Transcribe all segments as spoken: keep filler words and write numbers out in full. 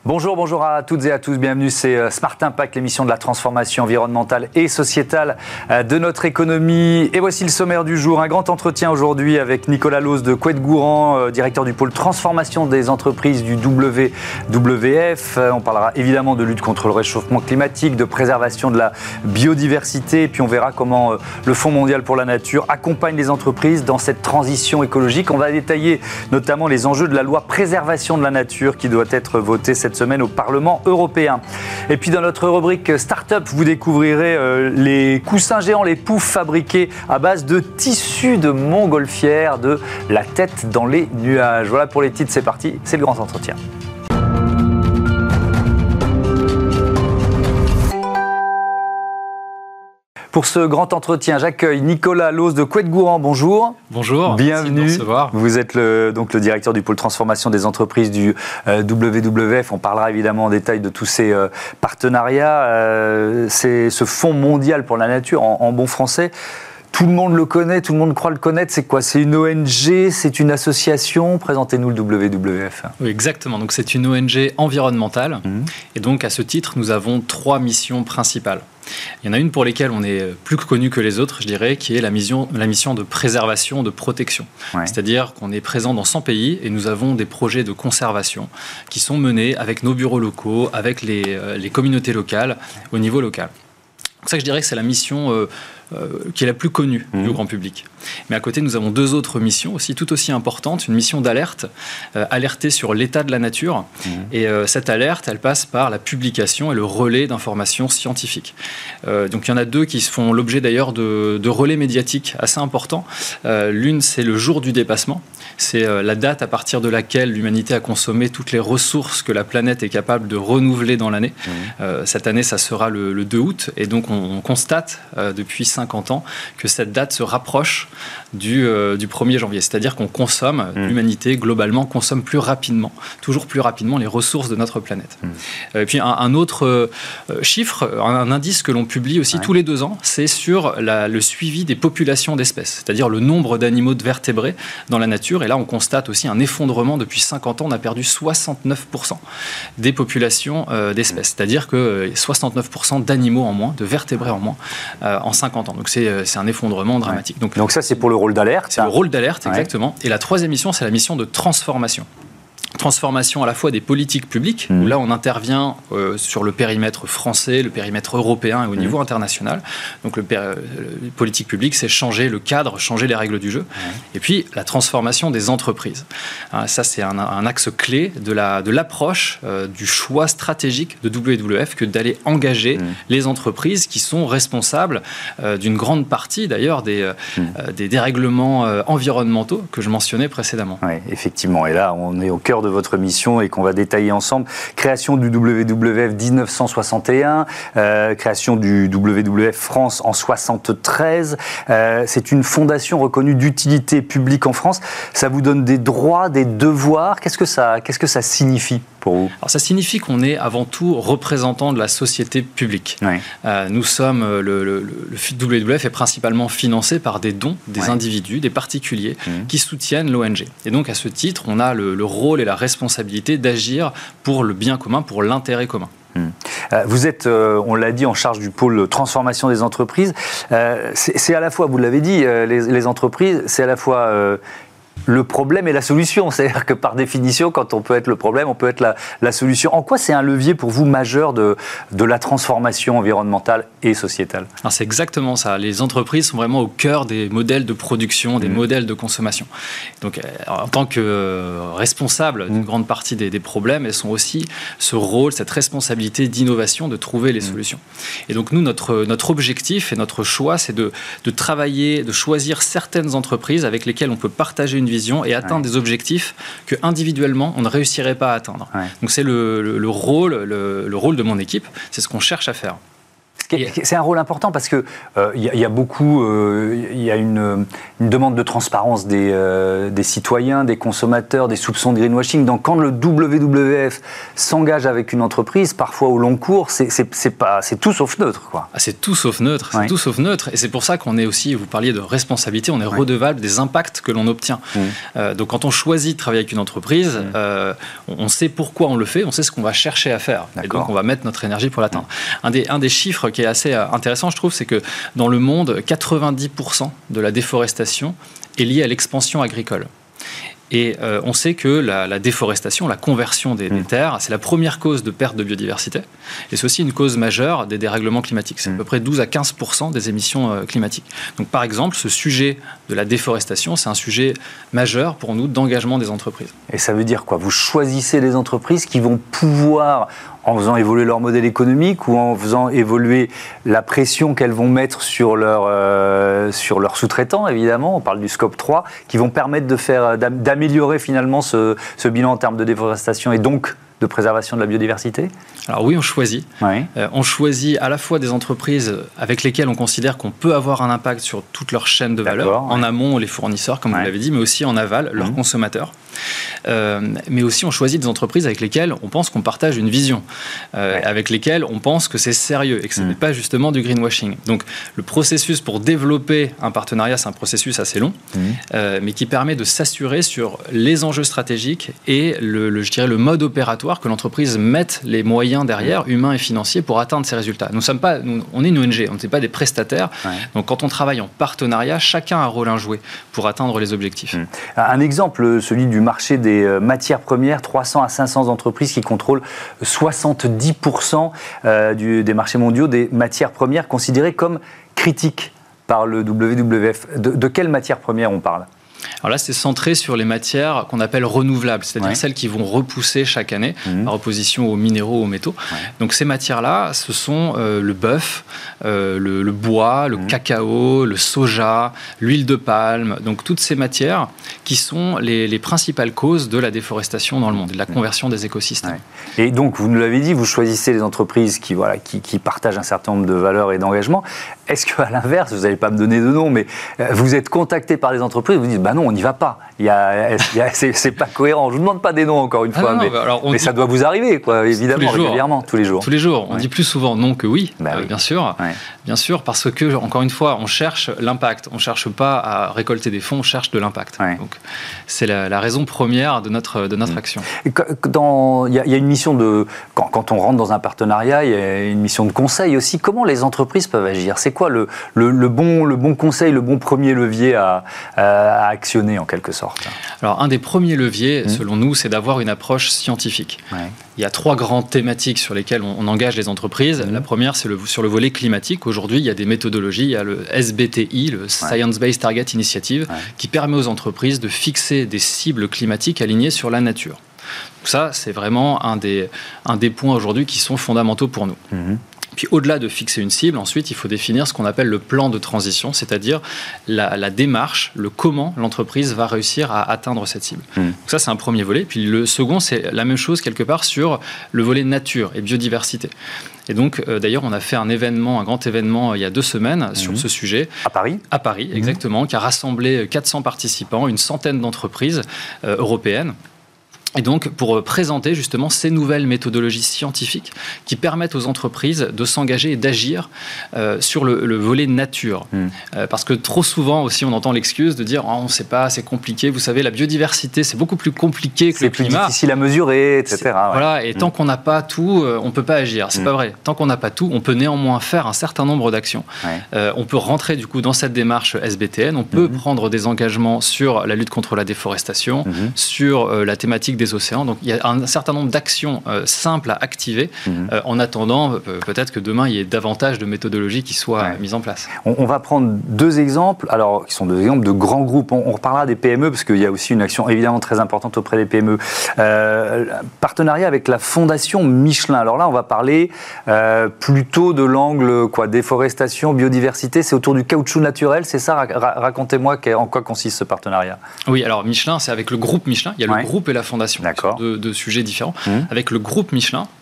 Bonjour, bonjour à toutes et à tous, bienvenue, c'est Smart Impact, l'émission de la transformation environnementale et sociétale de notre économie. Et voici le sommaire du jour, un grand entretien aujourd'hui avec Nicolas Lauze de Couette-Gouran, directeur du pôle transformation des entreprises du W W F. On parlera évidemment de lutte contre le réchauffement climatique, de préservation de la biodiversité, et puis on verra comment le Fonds mondial pour la nature accompagne les entreprises dans cette transition écologique. On va détailler notamment les enjeux de la loi préservation de la nature qui doit être votée cette semaine au Parlement européen. Et puis dans notre rubrique Start-up, vous découvrirez euh, les coussins géants, les poufs fabriqués à base de tissus de montgolfière, de la tête dans les nuages. Voilà pour les titres, c'est parti, c'est le grand entretien. Pour ce grand entretien, j'accueille Nicolas Lauze de Couette-Gouran. Bonjour. Bonjour. Bienvenue. Merci de me recevoir. Vous êtes le, donc le directeur du pôle transformation des entreprises du euh, W W F. On parlera évidemment en détail de tous ces euh, partenariats. Euh, c'est ce Fonds mondial pour la nature, en, en bon français. Tout le monde le connaît, tout le monde croit le connaître. C'est quoi? C'est une O N G? C'est une association? Présentez-nous le W W F. Oui, exactement. Donc, c'est une O N G environnementale. Mmh. Et donc, à ce titre, nous avons trois missions principales. Il y en a une pour lesquelles on est plus connu que les autres, je dirais, qui est la mission, la mission de préservation, de protection. Ouais. C'est-à-dire qu'on est présent dans cent pays et nous avons des projets de conservation qui sont menés avec nos bureaux locaux, avec les, les communautés locales, au niveau local. C'est ça que je dirais que c'est la mission euh, euh, qui est la plus connue mmh. du grand public. Mais à côté, nous avons deux autres missions aussi tout aussi importantes. Une mission d'alerte, euh, alerter sur l'état de la nature. Mmh. Et euh, cette alerte, elle passe par la publication et le relais d'informations scientifiques. Euh, donc il y en a deux qui font l'objet d'ailleurs de, de relais médiatiques assez importants. Euh, l'une, c'est le jour du dépassement. C'est euh, la date à partir de laquelle l'humanité a consommé toutes les ressources que la planète est capable de renouveler dans l'année. Mmh. Euh, cette année, ça sera le, le deux août. Et donc, on, on constate euh, depuis cinquante ans que cette date se rapproche du, euh, du premier janvier. C'est-à-dire qu'on consomme, mmh. l'humanité, globalement, consomme plus rapidement, toujours plus rapidement, les ressources de notre planète. Mmh. Euh, et puis, un, un autre euh, chiffre, un, un indice que l'on publie aussi ouais. tous les deux ans, c'est sur la, le suivi des populations d'espèces. C'est-à-dire le nombre d'animaux de vertébrés dans la nature. Et là, on constate aussi un effondrement. Depuis cinquante ans, on a perdu soixante-neuf pour cent des populations euh, d'espèces. C'est-à-dire que soixante-neuf pour cent d'animaux en moins, de vertébrés en moins, euh, en cinquante ans. Donc, c'est, c'est un effondrement dramatique. Ouais. Donc, Donc, ça, c'est pour le rôle d'alerte. C'est le rôle d'alerte, exactement. Ouais. Et la troisième mission, c'est la mission de transformation. Transformation à la fois des politiques publiques, mmh. où là on intervient euh, sur le périmètre français, le périmètre européen et au mmh. niveau international. Donc le, péri- le politique publique, c'est changer le cadre, changer les règles du jeu. Mmh. Et puis la transformation des entreprises. Hein, ça c'est un, un axe clé de, la, de l'approche euh, du choix stratégique de W W F que d'aller engager mmh. les entreprises qui sont responsables euh, d'une grande partie d'ailleurs des, euh, mmh. des dérèglements euh, environnementaux que je mentionnais précédemment. Oui, effectivement. Et là on est au cœur de votre mission et qu'on va détailler ensemble. Création du W W F dix-neuf cent soixante et un, euh, création du W W F France en soixante-treize. Euh, c'est une fondation reconnue d'utilité publique en France. Ça vous donne des droits, des devoirs. Qu'est-ce que ça, qu'est-ce que ça signifie pour vous? Alors, ça signifie qu'on est avant tout représentant de la société publique. Oui. Euh, nous sommes, le, le, le W W F est principalement financé par des dons des oui. individus, des particuliers mmh. qui soutiennent l'O N G. Et donc à ce titre, on a le, le rôle et la responsabilité d'agir pour le bien commun, pour l'intérêt commun. Hum. Vous êtes, euh, on l'a dit, en charge du pôle transformation des entreprises. Euh, c'est, c'est à la fois, vous l'avez dit, euh, les, les entreprises, c'est à la fois euh, le problème et la solution. C'est-à-dire que par définition, quand on peut être le problème, on peut être la, la solution. En quoi c'est un levier pour vous majeur de, de la transformation environnementale et sociétale? Alors c'est exactement ça. Les entreprises sont vraiment au cœur des modèles de production, des mmh. modèles de consommation. Donc en tant que euh, responsable d'une mmh. grande partie des, des problèmes, elles sont aussi ce rôle, cette responsabilité d'innovation, de trouver les mmh. solutions. Et donc nous, notre, notre objectif et notre choix, c'est de, de travailler, de choisir certaines entreprises avec lesquelles on peut partager une vision et atteindre ouais. des objectifs que individuellement on ne réussirait pas à atteindre. Ouais. Donc c'est le, le, le, rôle, le, le rôle de mon équipe, c'est ce qu'on cherche à faire. C'est un rôle important parce qu'il euh, y, y a beaucoup, il euh, y a une, une demande de transparence des, euh, des citoyens, des consommateurs, des soupçons de greenwashing. Donc quand le W W F s'engage avec une entreprise, parfois au long cours, c'est, c'est, c'est, pas, c'est tout sauf neutre, quoi. Ah, c'est tout sauf neutre, c'est ouais. tout sauf neutre. Et c'est pour ça qu'on est aussi, vous parliez de responsabilité, on est ouais. redevable des impacts que l'on obtient. Mmh. Euh, donc quand on choisit de travailler avec une entreprise, mmh. euh, on sait pourquoi on le fait, on sait ce qu'on va chercher à faire. D'accord. Et donc on va mettre notre énergie pour l'atteindre. Mmh. Un des, un des chiffres qui est assez intéressant, je trouve, c'est que dans le monde, quatre-vingt-dix pour cent de la déforestation est liée à l'expansion agricole. Et euh, on sait que la, la déforestation, la conversion des, mmh. des terres, c'est la première cause de perte de biodiversité. Et c'est aussi une cause majeure des dérèglements climatiques. C'est mmh. à peu près douze à quinze pour cent des émissions euh, climatiques. Donc par exemple, ce sujet de la déforestation, c'est un sujet majeur pour nous d'engagement des entreprises. Et ça veut dire quoi? Vous choisissez les entreprises qui vont pouvoir, en faisant évoluer leur modèle économique ou en faisant évoluer la pression qu'elles vont mettre sur leurs euh, sur leurs sous-traitants, évidemment, on parle du scope trois, qui vont permettre de faire, d'améliorer finalement ce, ce bilan en termes de déforestation et donc de préservation de la biodiversité? Alors oui, on choisit. Oui. Euh, on choisit à la fois des entreprises avec lesquelles on considère qu'on peut avoir un impact sur toute leur chaîne de valeur, en ouais. amont, les fournisseurs, comme ouais. vous l'avez dit, mais aussi en aval, leurs mmh. consommateurs. Euh, mais aussi, on choisit des entreprises avec lesquelles on pense qu'on partage une vision, euh, ouais. avec lesquelles on pense que c'est sérieux et que ce mmh. n'est pas justement du greenwashing. Donc, le processus pour développer un partenariat, c'est un processus assez long, mmh. euh, mais qui permet de s'assurer sur les enjeux stratégiques et le, le, je dirais, le mode opératoire que l'entreprise mette les moyens derrière, humains et financiers, pour atteindre ces résultats. Nous sommes pas, nous, on est une O N G, on n'est pas des prestataires. Ouais. Donc, quand on travaille en partenariat, chacun a un rôle à jouer pour atteindre les objectifs. Mmh. Un exemple, celui du marché des matières premières, trois cents à cinq cents entreprises qui contrôlent soixante-dix pour cent du, des marchés mondiaux des matières premières considérées comme critiques par le W W F. De, de quelles matières premières on parle ? Alors là, c'est centré sur les matières qu'on appelle renouvelables, c'est-à-dire ouais. celles qui vont repousser chaque année mmh. par opposition aux minéraux, aux métaux. Ouais. Donc ces matières-là, ce sont euh, le bœuf, euh, le, le bois, le mmh. cacao, le soja, l'huile de palme. Donc toutes ces matières qui sont les, les principales causes de la déforestation dans le monde et de la conversion des écosystèmes. Ouais. Et donc, vous nous l'avez dit, vous choisissez les entreprises qui, voilà, qui, qui partagent un certain nombre de valeurs et d'engagements. Est-ce qu'à l'inverse, vous n'allez pas me donner de nom, mais vous êtes contacté par des entreprises, vous dites, bah non, on n'y va pas. Il y a, il y a, c'est, c'est pas cohérent. Je vous demande pas des noms encore une fois, ah non, mais, bah alors mais dit, ça doit vous arriver, quoi, évidemment, tous régulièrement, tous les jours. Tous les jours. On ouais. dit plus souvent non que oui, bah, euh, oui. bien sûr. Ouais. Bien sûr, parce que, encore une fois, on cherche l'impact. On ne cherche pas à récolter des fonds, on cherche de l'impact. Ouais. Donc, c'est la, la raison première de notre, de notre mmh. action. Il y, y a une mission de... Quand, quand on rentre dans un partenariat, il y a une mission de conseil aussi. Comment les entreprises peuvent agir? C'est quoi le, le, le, bon, le bon conseil, le bon premier levier à, à, à actionner, en quelque sorte? Alors, un des premiers leviers, mmh. selon nous, c'est d'avoir une approche scientifique. Ouais. Il y a trois grandes thématiques sur lesquelles on, on engage les entreprises. Mmh. La première, c'est le, sur le volet climatique. Aujourd'hui, il y a des méthodologies. Il y a le S B T I, le ouais. Science Based Target Initiative, ouais. qui permet aux entreprises de fixer des cibles climatiques alignées sur la nature. Donc ça, c'est vraiment un des, un des points aujourd'hui qui sont fondamentaux pour nous. Mmh. Puis au-delà de fixer une cible, ensuite, il faut définir ce qu'on appelle le plan de transition, c'est-à-dire la, la démarche, le comment l'entreprise va réussir à atteindre cette cible. Mmh. Donc ça, c'est un premier volet. Puis le second, c'est la même chose quelque part sur le volet nature et biodiversité. Et donc, euh, d'ailleurs, on a fait un événement, un grand événement, il y a deux semaines mmh. sur ce sujet. À Paris ? À Paris, mmh. exactement, qui a rassemblé quatre cents participants, une centaine d'entreprises euh, européennes. Et donc, pour présenter justement ces nouvelles méthodologies scientifiques qui permettent aux entreprises de s'engager et d'agir euh, sur le, le volet nature. Mmh. Euh, parce que trop souvent aussi, on entend l'excuse de dire oh, « on ne sait pas, c'est compliqué ». Vous savez, la biodiversité, c'est beaucoup plus compliqué que c'est le climat. C'est plus difficile à mesurer, et cetera. Ouais. Voilà, et mmh. tant qu'on n'a pas tout, euh, on ne peut pas agir. C'est mmh. pas vrai. Tant qu'on n'a pas tout, on peut néanmoins faire un certain nombre d'actions. Ouais. Euh, on peut rentrer du coup dans cette démarche S B T N, on peut mmh. prendre des engagements sur la lutte contre la déforestation, mmh. sur euh, la thématique des océans. Donc il y a un certain nombre d'actions euh, simples à activer mmh. euh, en attendant euh, peut-être que demain il y ait davantage de méthodologies qui soient ouais. mises en place. On, on va prendre deux exemples, alors qui sont deux exemples de grands groupes. On, on reparlera des P M E parce qu'il y a aussi une action évidemment très importante auprès des P M E. Euh, partenariat avec la Fondation Michelin. Alors là on va parler euh, plutôt de l'angle quoi, déforestation, biodiversité. C'est autour du caoutchouc naturel, c'est ça? Ra- Racontez-moi en quoi consiste ce partenariat. Oui, alors Michelin, c'est avec le groupe Michelin. Il y a ouais. le groupe et la Fondation. D'accord. De, de sujets différents. Mmh. Avec le groupe Michelin,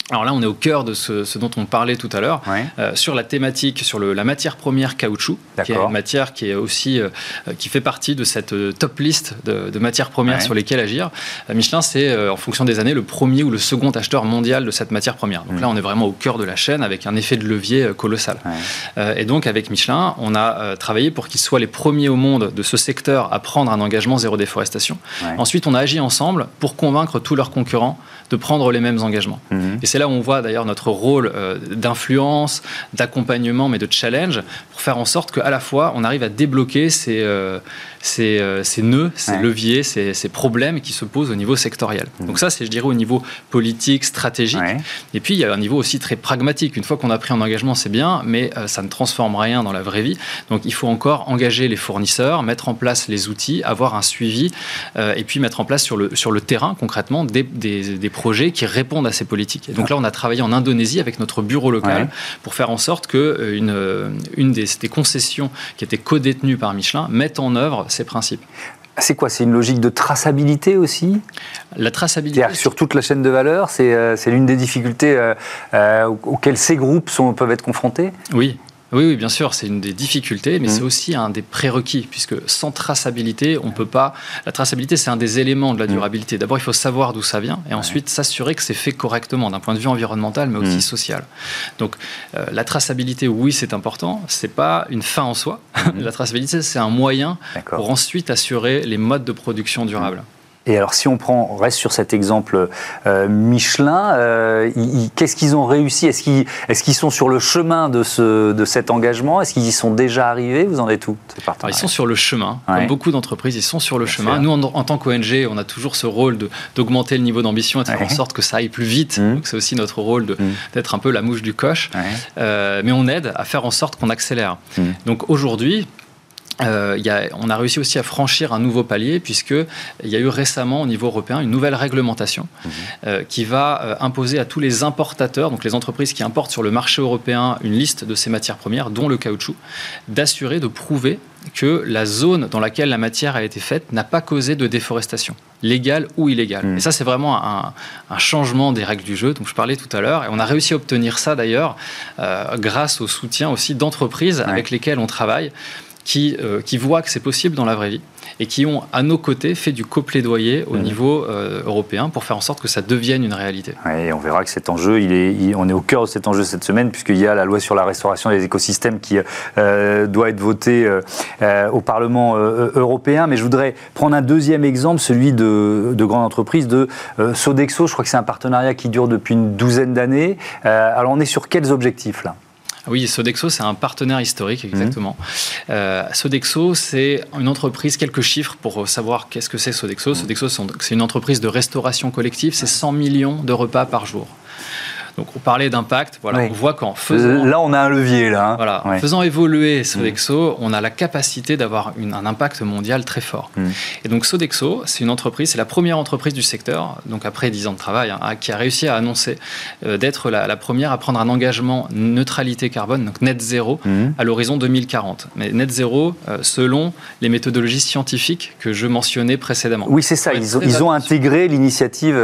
Alors là, on est au cœur de ce, ce dont on parlait tout à l'heure, ouais. euh, sur la thématique, sur le, la matière première caoutchouc, qui est une matière qui est aussi, euh, qui fait partie de cette euh, top liste de, de matières premières ouais. sur lesquelles agir. Euh, Michelin, c'est euh, en fonction des années le premier ou le second acheteur mondial de cette matière première. Donc mmh. là, on est vraiment au cœur de la chaîne avec un effet de levier euh, colossal. Ouais. Euh, et donc, avec Michelin, on a euh, travaillé pour qu'ils soient les premiers au monde de ce secteur à prendre un engagement zéro déforestation. Ouais. Ensuite, on a agi ensemble pour convaincre tous leurs concurrents de prendre les mêmes engagements. Mmh. Et c'est là où on voit d'ailleurs notre rôle euh, d'influence, d'accompagnement, mais de challenge, pour faire en sorte qu'à la fois, on arrive à débloquer ces, euh, ces, euh, ces nœuds, ces ouais. leviers, ces, ces problèmes qui se posent au niveau sectoriel. Mmh. Donc ça, c'est, je dirais, au niveau politique, stratégique. Ouais. Et puis, il y a un niveau aussi très pragmatique. Une fois qu'on a pris un engagement, c'est bien, mais euh, ça ne transforme rien dans la vraie vie. Donc, il faut encore engager les fournisseurs, mettre en place les outils, avoir un suivi, euh, et puis mettre en place sur le, sur le terrain, concrètement, des, des, des projets qui répondent à ces politiques. Et donc là, on a travaillé en Indonésie avec notre bureau local ouais. pour faire en sorte qu'une une des, des concessions qui étaient co-détenues par Michelin mette en œuvre ces principes. C'est quoi? C'est une logique de traçabilité aussi? La traçabilité. C'est-à-dire sur toute la chaîne de valeur, c'est, euh, c'est l'une des difficultés euh, euh, auxquelles ces groupes sont, peuvent être confrontés? Oui. Oui, oui, bien sûr, c'est une des difficultés, mais mmh. c'est aussi un des prérequis, puisque sans traçabilité, on ne peut pas... La traçabilité, c'est un des éléments de la durabilité. D'abord, il faut savoir d'où ça vient, et ensuite s'assurer que c'est fait correctement, d'un point de vue environnemental, mais aussi mmh. social. Donc, euh, la traçabilité, oui, c'est important, ce n'est pas une fin en soi. Mmh. La traçabilité, c'est un moyen D'accord. pour ensuite assurer les modes de production durables. Mmh. Et alors, si on prend, on reste sur cet exemple euh, Michelin, euh, ils, qu'est-ce qu'ils ont réussi? Est-ce qu'ils, est-ce qu'ils sont sur le chemin de, ce, de cet engagement? Est-ce qu'ils y sont déjà arrivés? Vous en êtes où? Alors, ils sont sur le chemin. Ouais. Comme beaucoup d'entreprises, ils sont sur le Bien chemin. Sûr. Nous, en, en tant qu'O N G, on a toujours ce rôle de, d'augmenter le niveau d'ambition et de faire ouais. en sorte que ça aille plus vite. Mmh. Donc, c'est aussi notre rôle de, mmh. d'être un peu la mouche du coche. Ouais. Euh, mais on aide à faire en sorte qu'on accélère. Mmh. Donc, aujourd'hui, Euh, y a, on a réussi aussi à franchir un nouveau palier puisqu'il y a eu récemment au niveau européen une nouvelle réglementation mmh. euh, qui va euh, imposer à tous les importateurs, donc les entreprises qui importent sur le marché européen une liste de ces matières premières, dont le caoutchouc, d'assurer, de prouver que la zone dans laquelle la matière a été faite n'a pas causé de déforestation, légale ou illégale. Mmh. Et ça, c'est vraiment un, un changement des règles du jeu dont je parlais tout à l'heure. Et on a réussi à obtenir ça d'ailleurs euh, grâce au soutien aussi d'entreprises ouais. avec lesquelles on travaille, Qui, euh, qui voient que c'est possible dans la vraie vie et qui ont, à nos côtés, fait du coplaidoyer au mmh. niveau euh, européen pour faire en sorte que ça devienne une réalité. Ouais, et on verra que cet enjeu, il est, il, on est au cœur de cet enjeu cette semaine, puisqu'il y a la loi sur la restauration des écosystèmes qui euh, doit être votée euh, au Parlement euh, européen. Mais je voudrais prendre un deuxième exemple, celui de, de grandes entreprises, de euh, Sodexo. Je crois que c'est un partenariat qui dure depuis une douzaine d'années. Euh, alors, on est sur quels objectifs, là ? Oui, Sodexo, c'est un partenaire historique, exactement. Mmh. Euh, Sodexo, c'est une entreprise, quelques chiffres pour savoir qu'est-ce que c'est Sodexo. Mmh. Sodexo, c'est une entreprise de restauration collective, c'est cent millions de repas par jour. Donc, on parlait d'impact. Voilà, oui. On voit qu'en faisant... Là, on a un levier, là. Hein. Voilà, ouais. En faisant évoluer Sodexo, mmh. on a la capacité d'avoir une, un impact mondial très fort. Mmh. Et donc, Sodexo, c'est une entreprise, c'est la première entreprise du secteur, donc après dix ans de travail, hein, qui a réussi à annoncer euh, d'être la, la première à prendre un engagement neutralité carbone, donc net zéro, mmh. à l'horizon deux mille quarante. Mais net zéro, euh, selon les méthodologies scientifiques que je mentionnais précédemment. Oui, c'est ça. Ils ont, ils ont intégré l'initiative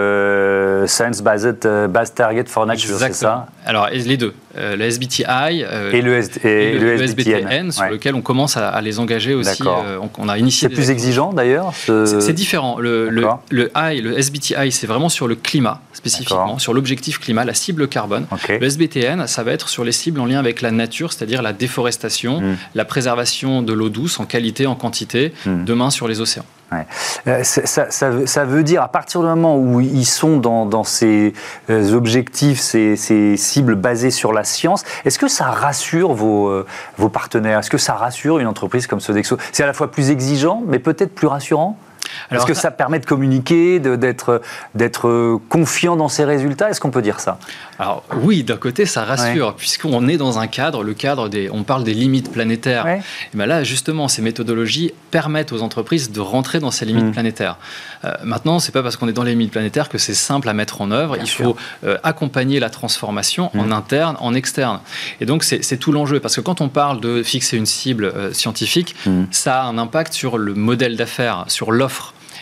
euh, Science Based, euh, Based Target for Nature, c'est ça? Alors, les deux. Euh, le S B T I euh, et le, S- et et le, le S B T N, S B T N sur ouais. lequel on commence à, à les engager aussi. Euh, on, on a initié c'est plus exigeant d'ailleurs ce... c'est, c'est différent. Le, le, le I, le S B T I, c'est vraiment sur le climat, spécifiquement, D'accord. sur l'objectif climat, la cible carbone. Okay. Le S B T N, ça va être sur les cibles en lien avec la nature, c'est-à-dire la déforestation, mm. la préservation de l'eau douce en qualité, en quantité, mm. demain sur les océans. Ouais. Euh, ça, ça, ça veut dire, à partir du moment où ils sont dans, dans ces euh, objectifs, ces, ces cibles basées sur la science, est-ce que ça rassure vos, euh, vos partenaires? Est-ce que ça rassure une entreprise comme Sodexo? C'est à la fois plus exigeant, mais peut-être plus rassurant? Alors, est-ce que ça permet de communiquer, de, d'être, d'être confiant dans ses résultats? Est-ce qu'on peut dire ça? Alors oui, d'un côté, ça rassure, ouais. puisqu'on est dans un cadre, le cadre des, on parle des limites planétaires. Ouais. Et bien là, justement, ces méthodologies permettent aux entreprises de rentrer dans ces limites mmh. planétaires. Euh, maintenant, c'est pas parce qu'on est dans les limites planétaires que c'est simple à mettre en œuvre. Bien Il sûr. faut euh, accompagner la transformation mmh. en interne, en externe. Et donc, c'est, c'est tout l'enjeu, parce que quand on parle de fixer une cible euh, scientifique, mmh. ça a un impact sur le modèle d'affaires, sur l'offre.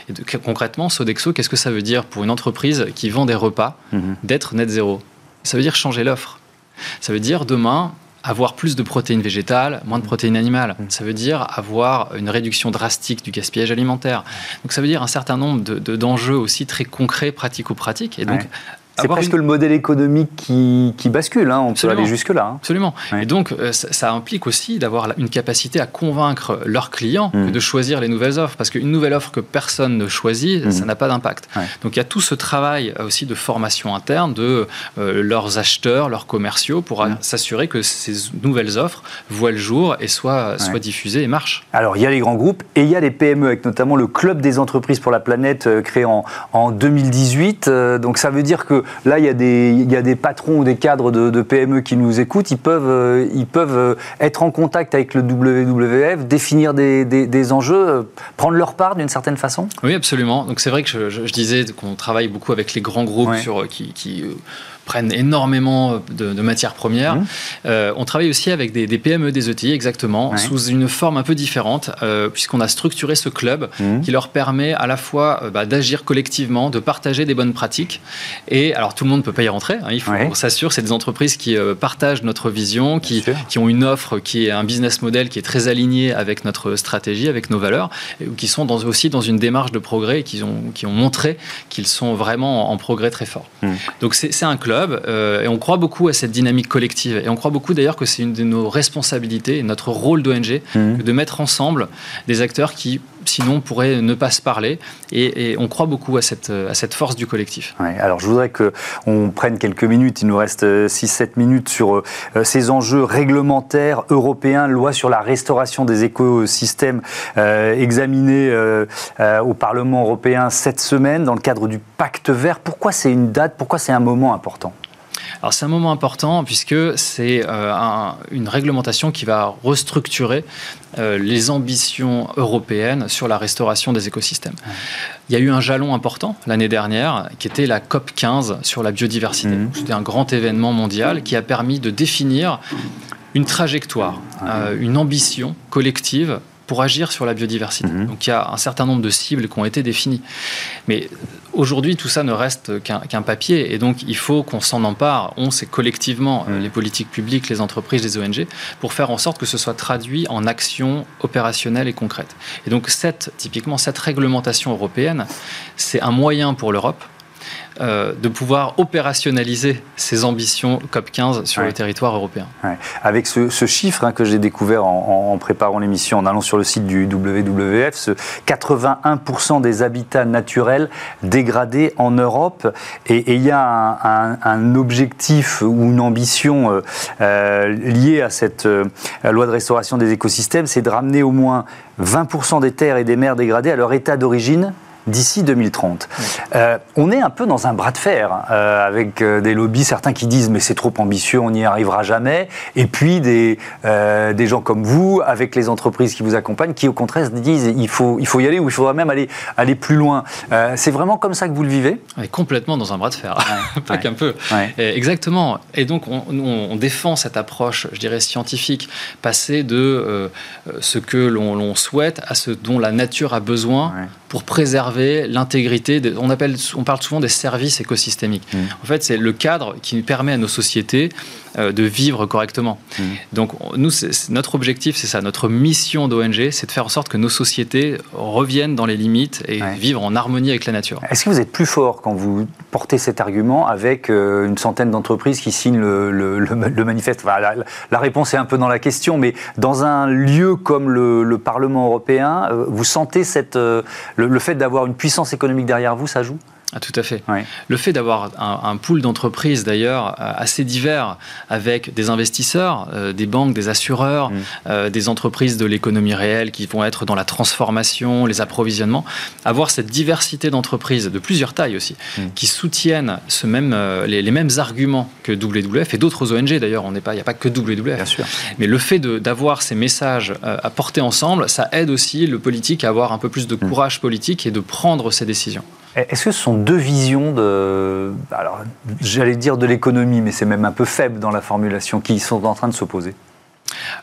Et de, concrètement, Sodexo, qu'est-ce que ça veut dire pour une entreprise qui vend des repas, mmh. d'être net zéro? Ça veut dire changer l'offre. Ça veut dire demain avoir plus de protéines végétales, moins de protéines animales. Mmh. Ça veut dire avoir une réduction drastique du gaspillage alimentaire. Donc ça veut dire un certain nombre de, de, d'enjeux aussi très concrets, pratico-pratiques. Et donc, ouais. C'est presque une... le modèle économique qui, qui bascule, hein. On Absolument. peut aller jusque-là. Hein. Absolument. Ouais. Et donc, euh, ça, ça implique aussi d'avoir une capacité à convaincre leurs clients mmh. de choisir les nouvelles offres. Parce qu'une nouvelle offre que personne ne choisit, mmh. ça n'a pas d'impact. Ouais. Donc, il y a tout ce travail aussi de formation interne de euh, leurs acheteurs, leurs commerciaux, pour mmh. s'assurer que ces nouvelles offres voient le jour et soient, ouais. soient diffusées et marchent. Alors, il y a les grands groupes et il y a les P M E, avec notamment le Club des entreprises pour la planète, euh, créé en, en deux mille dix-huit. Euh, donc, ça veut dire que là, il y a des, il y a des patrons ou des cadres de, de P M E qui nous écoutent. Ils peuvent, euh, ils peuvent être en contact avec le W W F, définir des, des, des enjeux, euh, prendre leur part d'une certaine façon. Oui, absolument. Donc c'est vrai que je, je, je disais qu'on travaille beaucoup avec les grands groupes ouais. sur, qui, qui euh, prennent énormément de, de matières premières. Mmh. Euh, on travaille aussi avec des, des P M E, des E T I, exactement, ouais. sous une forme un peu différente, euh, puisqu'on a structuré ce club mmh. qui leur permet à la fois euh, bah, d'agir collectivement, de partager des bonnes pratiques. Et alors, tout le monde ne peut pas y rentrer. Hein, il faut ouais. qu'on s'assure, c'est des entreprises qui euh, partagent notre vision, qui, qui ont une offre, qui est un business model qui est très aligné avec notre stratégie, avec nos valeurs, et qui sont dans, aussi dans une démarche de progrès et qui ont, qui ont montré qu'ils sont vraiment en, en progrès très fort. Mmh. Donc, c'est, c'est un club. Euh, et on croit beaucoup à cette dynamique collective. Et on croit beaucoup d'ailleurs que c'est une de nos responsabilités, notre rôle d'O N G, mmh. de mettre ensemble des acteurs qui, sinon, pourraient ne pas se parler. Et, et on croit beaucoup à cette, à cette force du collectif. Ouais, alors, je voudrais qu'on prenne quelques minutes, il nous reste six sept minutes, sur euh, ces enjeux réglementaires européens, loi sur la restauration des écosystèmes euh, examinés euh, euh, au Parlement européen cette semaine dans le cadre du Pacte vert. Pourquoi c'est une date? Pourquoi c'est un moment important? Alors c'est un moment important puisque c'est euh, un, une réglementation qui va restructurer euh, les ambitions européennes sur la restauration des écosystèmes. Mmh. Il y a eu un jalon important l'année dernière qui était la COP quinze sur la biodiversité. Mmh. C'était un grand événement mondial qui a permis de définir une trajectoire, mmh. euh, une ambition collective pour agir sur la biodiversité. Mmh. Donc il y a un certain nombre de cibles qui ont été définies. Mais aujourd'hui, tout ça ne reste qu'un, qu'un papier, et donc il faut qu'on s'en empare, on, c'est collectivement, mmh. les politiques publiques, les entreprises, les O N G, pour faire en sorte que ce soit traduit en actions opérationnelles et concrètes. Et donc cette, typiquement, cette réglementation européenne, c'est un moyen pour l'Europe Euh, de pouvoir opérationnaliser ces ambitions COP quinze sur ouais. le territoire européen. Ouais. Avec ce, ce chiffre hein, que j'ai découvert en, en préparant l'émission, en allant sur le site du W W F, ce quatre-vingt-un pour cent des habitats naturels dégradés en Europe, et il y a un, un, un objectif ou une ambition euh, euh, liée à cette euh, loi de restauration des écosystèmes, c'est de ramener au moins vingt pour cent des terres et des mers dégradées à leur état d'origine d'ici deux mille trente. Oui. Euh, on est un peu dans un bras de fer euh, avec euh, des lobbies, certains qui disent mais c'est trop ambitieux, on n'y arrivera jamais, et puis des, euh, des gens comme vous, avec les entreprises qui vous accompagnent, qui au contraire disent il faut, il faut y aller, ou il faudra même aller, aller plus loin. Euh, c'est vraiment comme ça que vous le vivez? On est complètement dans un bras de fer, ouais. pas ouais. qu'un peu. Ouais. Et exactement. Et donc on, on, on défend cette approche, je dirais, scientifique, passer de euh, ce que l'on, l'on souhaite à ce dont la nature a besoin ouais. pour préserver l'intégrité, de, on, appelle, on parle souvent des services écosystémiques. Mmh. En fait, c'est le cadre qui permet à nos sociétés euh, de vivre correctement. Mmh. Donc, nous, c'est, c'est notre objectif, c'est ça. Notre mission d'O N G, c'est de faire en sorte que nos sociétés reviennent dans les limites et ouais. vivre en harmonie avec la nature. Est-ce que vous êtes plus fort quand vous portez cet argument avec euh, une centaine d'entreprises qui signent le, le, le, le manifeste? Enfin, la, la réponse est un peu dans la question, mais dans un lieu comme le, le Parlement européen, euh, vous sentez cette, euh, le, le fait d'avoir une puissance économique derrière vous, ça joue? Ah, tout à fait. Oui. Le fait d'avoir un, un pool d'entreprises, d'ailleurs, assez divers, avec des investisseurs, euh, des banques, des assureurs, mmh. euh, des entreprises de l'économie réelle qui vont être dans la transformation, les approvisionnements, avoir cette diversité d'entreprises, de plusieurs tailles aussi, mmh. qui soutiennent ce même, euh, les, les mêmes arguments que W W F et d'autres O N G, d'ailleurs, il n'y a pas que W W F. Bien sûr. Mais le fait de, d'avoir ces messages euh, à porter ensemble, ça aide aussi le politique à avoir un peu plus de courage mmh. politique et de prendre ses décisions. Est-ce que ce sont deux visions de, alors j'allais dire de l'économie, mais c'est même un peu faible dans la formulation, qui sont en train de s'opposer?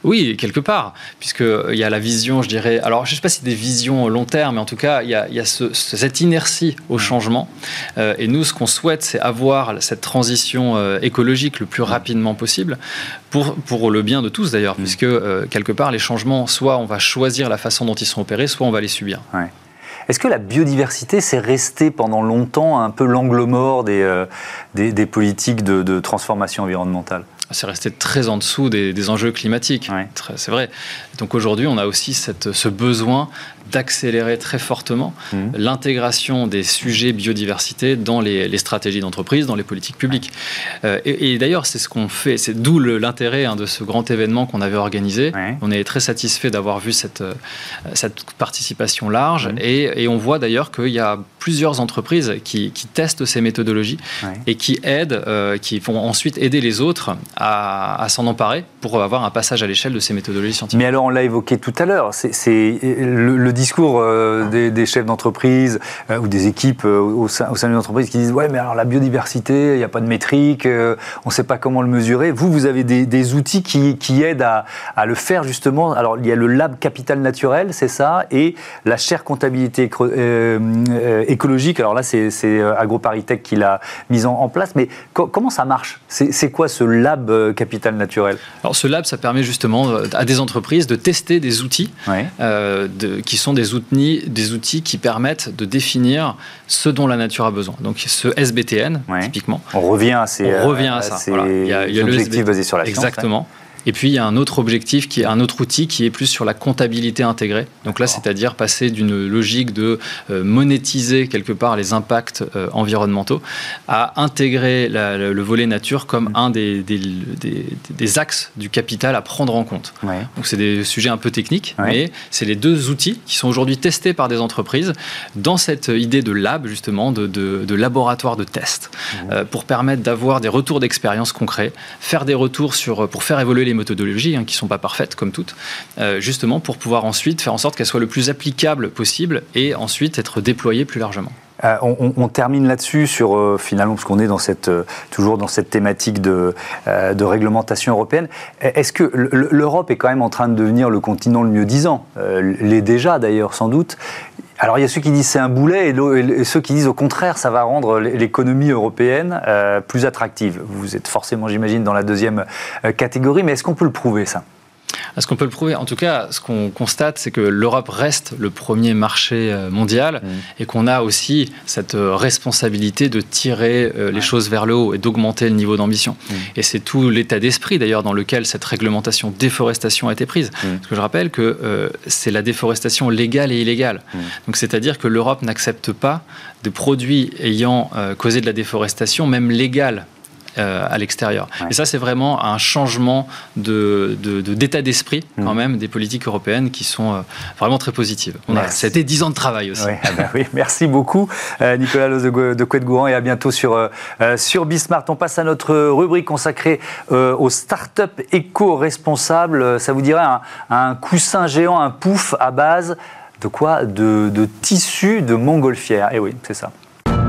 Oui, quelque part, puisqu'il y a la vision, je dirais, alors je ne sais pas si des visions long terme, mais en tout cas, il y a, il y a ce, cette inertie au changement. Euh, et nous, ce qu'on souhaite, c'est avoir cette transition euh, écologique le plus rapidement possible, pour, pour le bien de tous d'ailleurs, mmh. puisque euh, quelque part, les changements, soit on va choisir la façon dont ils sont opérés, soit on va les subir. Ouais. Est-ce que la biodiversité, c'est resté pendant longtemps un peu l'angle mort des, euh, des, des politiques de, de transformation environnementale ? C'est resté très en dessous des, des enjeux climatiques, ouais. c'est vrai. Donc aujourd'hui, on a aussi cette, ce besoin d'accélérer très fortement mmh. l'intégration des sujets biodiversité dans les, les stratégies d'entreprise, dans les politiques publiques. Euh, et, et d'ailleurs, c'est ce qu'on fait, c'est d'où le, l'intérêt hein, de ce grand événement qu'on avait organisé. Ouais. On est très satisfait d'avoir vu cette, cette participation large mmh. et, et on voit d'ailleurs qu'il y a plusieurs entreprises qui, qui testent ces méthodologies ouais. et qui aident, euh, qui vont ensuite aider les autres à, à s'en emparer pour avoir un passage à l'échelle de ces méthodologies scientifiques. Mais alors, on l'a évoqué tout à l'heure, c'est, c'est le, le discours euh, des, des chefs d'entreprise euh, ou des équipes euh, au sein, au sein d'une entreprise qui disent « Ouais, mais alors la biodiversité, il n'y a pas de métrique, euh, on ne sait pas comment le mesurer. » Vous, vous avez des, des outils qui, qui aident à, à le faire justement. Alors, il y a le Lab Capital Naturel, c'est ça, et la chère comptabilité éco- euh, euh, écologique. Alors là, c'est, c'est AgroParisTech qui l'a mise en, en place. Mais co- comment ça marche ? c'est, c'est quoi ce Lab Capital Naturel ? Alors, ce Lab, ça permet justement à des entreprises de tester des outils ouais. euh, de, qui sont des outils, des outils qui permettent de définir ce dont la nature a besoin. Donc, ce S B T N, ouais. typiquement. On revient à ces, on revient à ça. Ces voilà. Il y a, il y a objectifs le S B T N. Basés sur la science. Exactement. Ouais. Et puis, il y a un autre objectif, qui est un autre outil qui est plus sur la comptabilité intégrée. Donc là, c'est-à-dire passer d'une logique de euh, monétiser quelque part les impacts euh, environnementaux à intégrer la, le, le volet nature comme mmh. un des, des, des, des axes du capital à prendre en compte. Ouais. Donc c'est des sujets un peu techniques, ouais. mais c'est les deux outils qui sont aujourd'hui testés par des entreprises dans cette idée de lab, justement, de, de, de laboratoire de test, mmh. euh, pour permettre d'avoir des retours d'expérience concrets, faire des retours sur, pour faire évoluer les méthodologies hein, qui ne sont pas parfaites comme toutes, euh, justement pour pouvoir ensuite faire en sorte qu'elles soient le plus applicables possible et ensuite être déployées plus largement. Euh, on, on termine là-dessus sur euh, finalement parce qu'on est dans cette euh, toujours dans cette thématique de, euh, de réglementation européenne. Est-ce que l'Europe est quand même en train de devenir le continent le mieux disant ? euh, L'est déjà d'ailleurs sans doute. Alors il y a ceux qui disent c'est un boulet et, et ceux qui disent au contraire ça va rendre l'économie européenne euh, plus attractive. Vous êtes forcément, j'imagine, dans la deuxième euh, catégorie, mais est-ce qu'on peut le prouver ça ? Est-ce qu'on peut le prouver ? En tout cas, ce qu'on constate, c'est que l'Europe reste le premier marché mondial mmh. et qu'on a aussi cette responsabilité de tirer les ouais. choses vers le haut et d'augmenter le niveau d'ambition. Mmh. Et c'est tout l'état d'esprit, d'ailleurs, dans lequel cette réglementation déforestation a été prise. Mmh. Parce que je rappelle que euh, c'est la déforestation légale et illégale. Mmh. Donc, c'est-à-dire que l'Europe n'accepte pas de produits ayant euh, causé de la déforestation, même légale. Euh, à l'extérieur. Ouais. Et ça, c'est vraiment un changement de, de, de, d'état d'esprit, mmh. quand même, des politiques européennes qui sont euh, vraiment très positives. On a, c'était dix ans de travail aussi. Ouais, ah ben oui, merci beaucoup, euh, Nicolas Loos de, de Couette-Gourand, et à bientôt sur, euh, sur Bismart. On passe à notre rubrique consacrée euh, aux startups éco-responsables. Ça vous dirait un, un coussin géant, un pouf à base de quoi ? De, de tissu de montgolfière. Eh oui, c'est ça.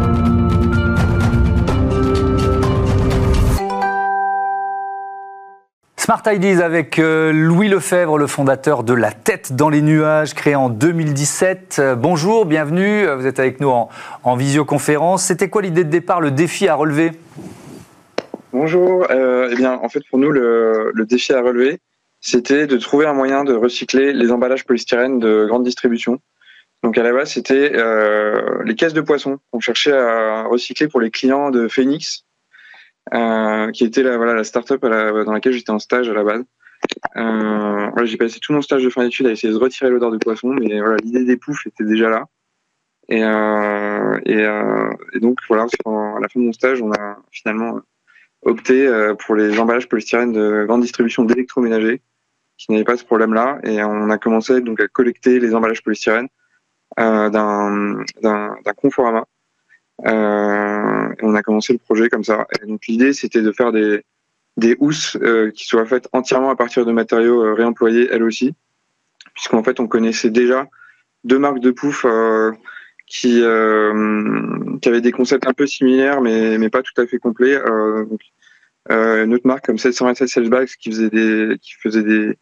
Smart Ideas avec Louis Lefebvre, le fondateur de La Tête dans les nuages, créé en deux mille dix-sept. Bonjour, bienvenue, vous êtes avec nous en, en visioconférence. C'était quoi l'idée de départ, le défi à relever ? Bonjour, euh, eh bien, en fait, pour nous, le, le défi à relever, c'était de trouver un moyen de recycler les emballages polystyrène de grande distribution. Donc à la base, c'était euh, les caisses de poissons qu'on cherchait à recycler pour les clients de Phoenix. Euh, qui était la, voilà, la start-up à la, dans laquelle j'étais en stage à la base. Euh, voilà, j'ai passé tout mon stage de fin d'études à essayer de retirer l'odeur de poisson, mais voilà, l'idée des poufs était déjà là. Et, euh, et, euh, et donc, voilà, à la fin de mon stage, on a finalement opté pour les emballages polystyrène de grande distribution d'électroménager, qui n'avaient pas ce problème-là. Et on a commencé donc à collecter les emballages polystyrène euh, d'un, d'un, d'un Conforama. Euh, et on a commencé le projet comme ça. Et donc l'idée, c'était de faire des des housses euh, qui soient faites entièrement à partir de matériaux euh, réemployés, elles aussi, puisqu'en fait on connaissait déjà deux marques de poufs euh, qui euh, qui avaient des concepts un peu similaires, mais mais pas tout à fait complets. Euh, donc, euh, une autre marque comme sept cent vingt-sept Salesbags qui faisait des qui faisait des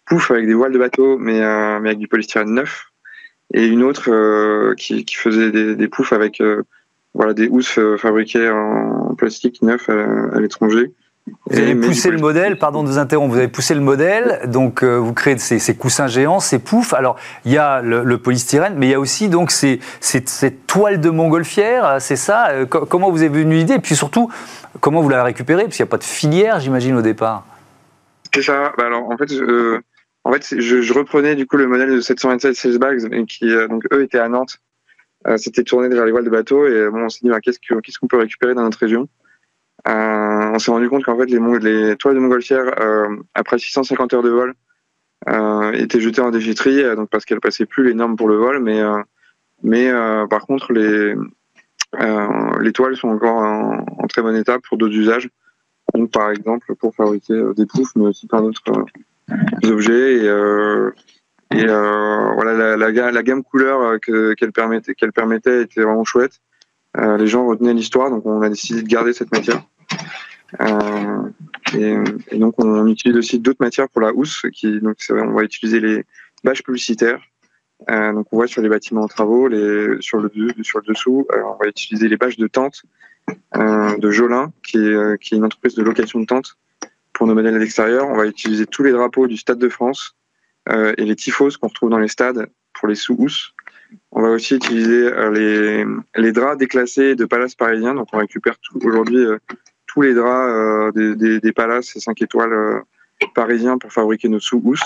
poufs avec des voiles de bateau, mais, euh, mais avec du polystyrène neuf, et une autre euh, qui, qui faisait des, des poufs avec euh, voilà, des housses euh, fabriquées en plastique neuf à, à l'étranger. Vous avez poussé le modèle, pardon de vous interrompre, vous avez poussé le modèle, donc euh, vous créez ces, ces coussins géants, ces poufs. Alors, il y a le, le polystyrène, mais il y a aussi donc ces, ces, cette toile de montgolfière, c'est ça euh, co- Comment vous avez venu l'idée? Et puis surtout, comment vous l'avez récupérée? Parce qu'il n'y a pas de filière, j'imagine, au départ. C'est ça. Bah alors, en fait, euh, en fait je, je reprenais du coup le modèle de sept cent vingt-sept Sales Bags, qui, euh, donc, eux, étaient à Nantes. Euh, C'était tourné vers les voiles de bateau, et bon, on s'est dit, bah, qu'est-ce, que, qu'est-ce qu'on peut récupérer dans notre région? Euh, on s'est rendu compte qu'en fait les, les toiles de montgolfière euh, après six cent cinquante heures de vol euh, étaient jetées en déchetterie, euh, donc parce qu'elles passaient plus les normes pour le vol, mais euh, mais euh, par contre les euh, les toiles sont encore en, en très bon état pour d'autres usages, donc par exemple pour fabriquer euh, des poufs, mais aussi plein d'autres euh, objets, et, euh, et euh, voilà la, la, la gamme couleur que, qu'elle permettait qu'elle permettait était vraiment chouette. Euh, les gens retenaient l'histoire, donc on a décidé de garder cette matière. Euh, et, et donc on utilise aussi d'autres matières pour la housse, qui donc c'est vrai, on va utiliser les bâches publicitaires. Euh, donc on voit sur les bâtiments en travaux, les, sur le sur le dessous, euh, on va utiliser les bâches de tente euh, de Jolin, qui est, euh, qui est une entreprise de location de tente pour nos modèles à l'extérieur. On va utiliser tous les drapeaux du Stade de France euh, et les typhos qu'on retrouve dans les stades pour les sous-housses. On va aussi utiliser euh, les, les draps déclassés de palaces parisiens. Donc on récupère tout, aujourd'hui euh, tous les draps euh, des, des, des palaces et cinq étoiles euh, parisiens pour fabriquer nos sous-housses.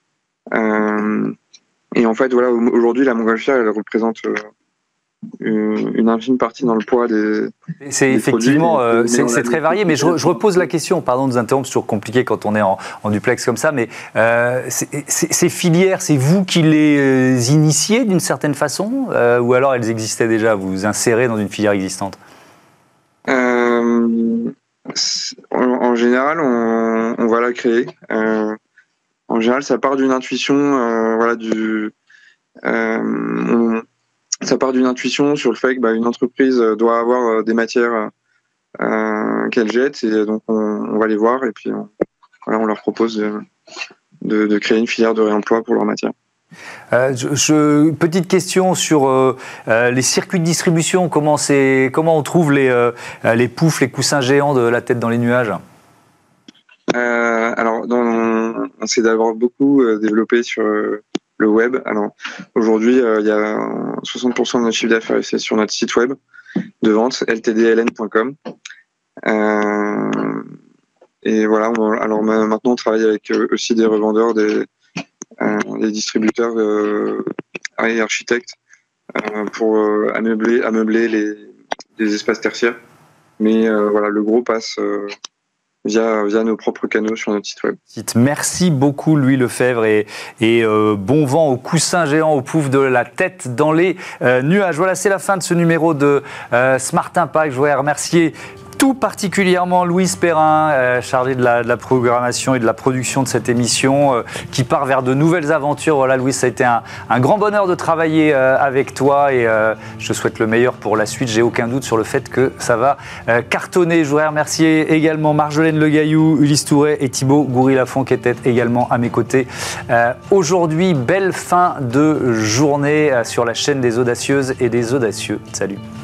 Euh, et en fait, voilà, aujourd'hui, la montgolfière, elle représente euh, une, une infime partie dans le poids des. C'est des effectivement, produits, euh, c'est, c'est très varié, mais je, je repose la question, pardon de vous interrompre, c'est toujours compliqué quand on est en, en duplex comme ça, mais euh, c'est, c'est, ces filières, c'est vous qui les initiez d'une certaine façon, euh, ou alors elles existaient déjà, vous vous insérez dans une filière existante? euh, en, en général, on, on va la créer. Euh, en général, ça part d'une intuition, euh, voilà, du. Euh, on, ça part d'une intuition sur le fait que bah, une entreprise doit avoir des matières euh, qu'elle jette, et donc on, on va les voir et puis on, voilà, on leur propose de, de, de créer une filière de réemploi pour leur matière. Euh, je, je, petite question sur euh, euh, les circuits de distribution. Comment, c'est, comment on trouve les, euh, les poufs, les coussins géants de la tête dans les nuages? euh, Alors, dans, on, on s'est d'abord beaucoup euh, développé sur euh, le web. Alors, aujourd'hui, il euh, y a soixante pour cent de notre chiffre d'affaires c'est sur notre site web de vente, l t d l n point com. Euh, et voilà, on, alors maintenant, on travaille avec euh, aussi des revendeurs, des, euh, des distributeurs euh, et architectes euh, pour euh, ameubler, ameubler les, les espaces tertiaires. Mais euh, voilà, le gros passe euh, Via, via nos propres canaux sur notre site web. Merci beaucoup Louis Lefebvre, et, et euh, bon vent au coussin géant au pouf de la tête dans les euh, nuages. Voilà, c'est la fin de ce numéro de euh, Smart Impact. Je voudrais remercier tout particulièrement Louise Perrin, euh, chargée de la, de la programmation et de la production de cette émission, euh, qui part vers de nouvelles aventures. Voilà Louise, ça a été un, un grand bonheur de travailler euh, avec toi, et euh, je souhaite le meilleur pour la suite. J'ai aucun doute sur le fait que ça va euh, cartonner. Je voudrais remercier également Marjolaine Le Gaillou, Ulysse Touret et Thibaut Goury-Lafont qui étaient également à mes côtés. Euh, aujourd'hui, belle fin de journée euh, sur la chaîne des audacieuses et des audacieux. Salut.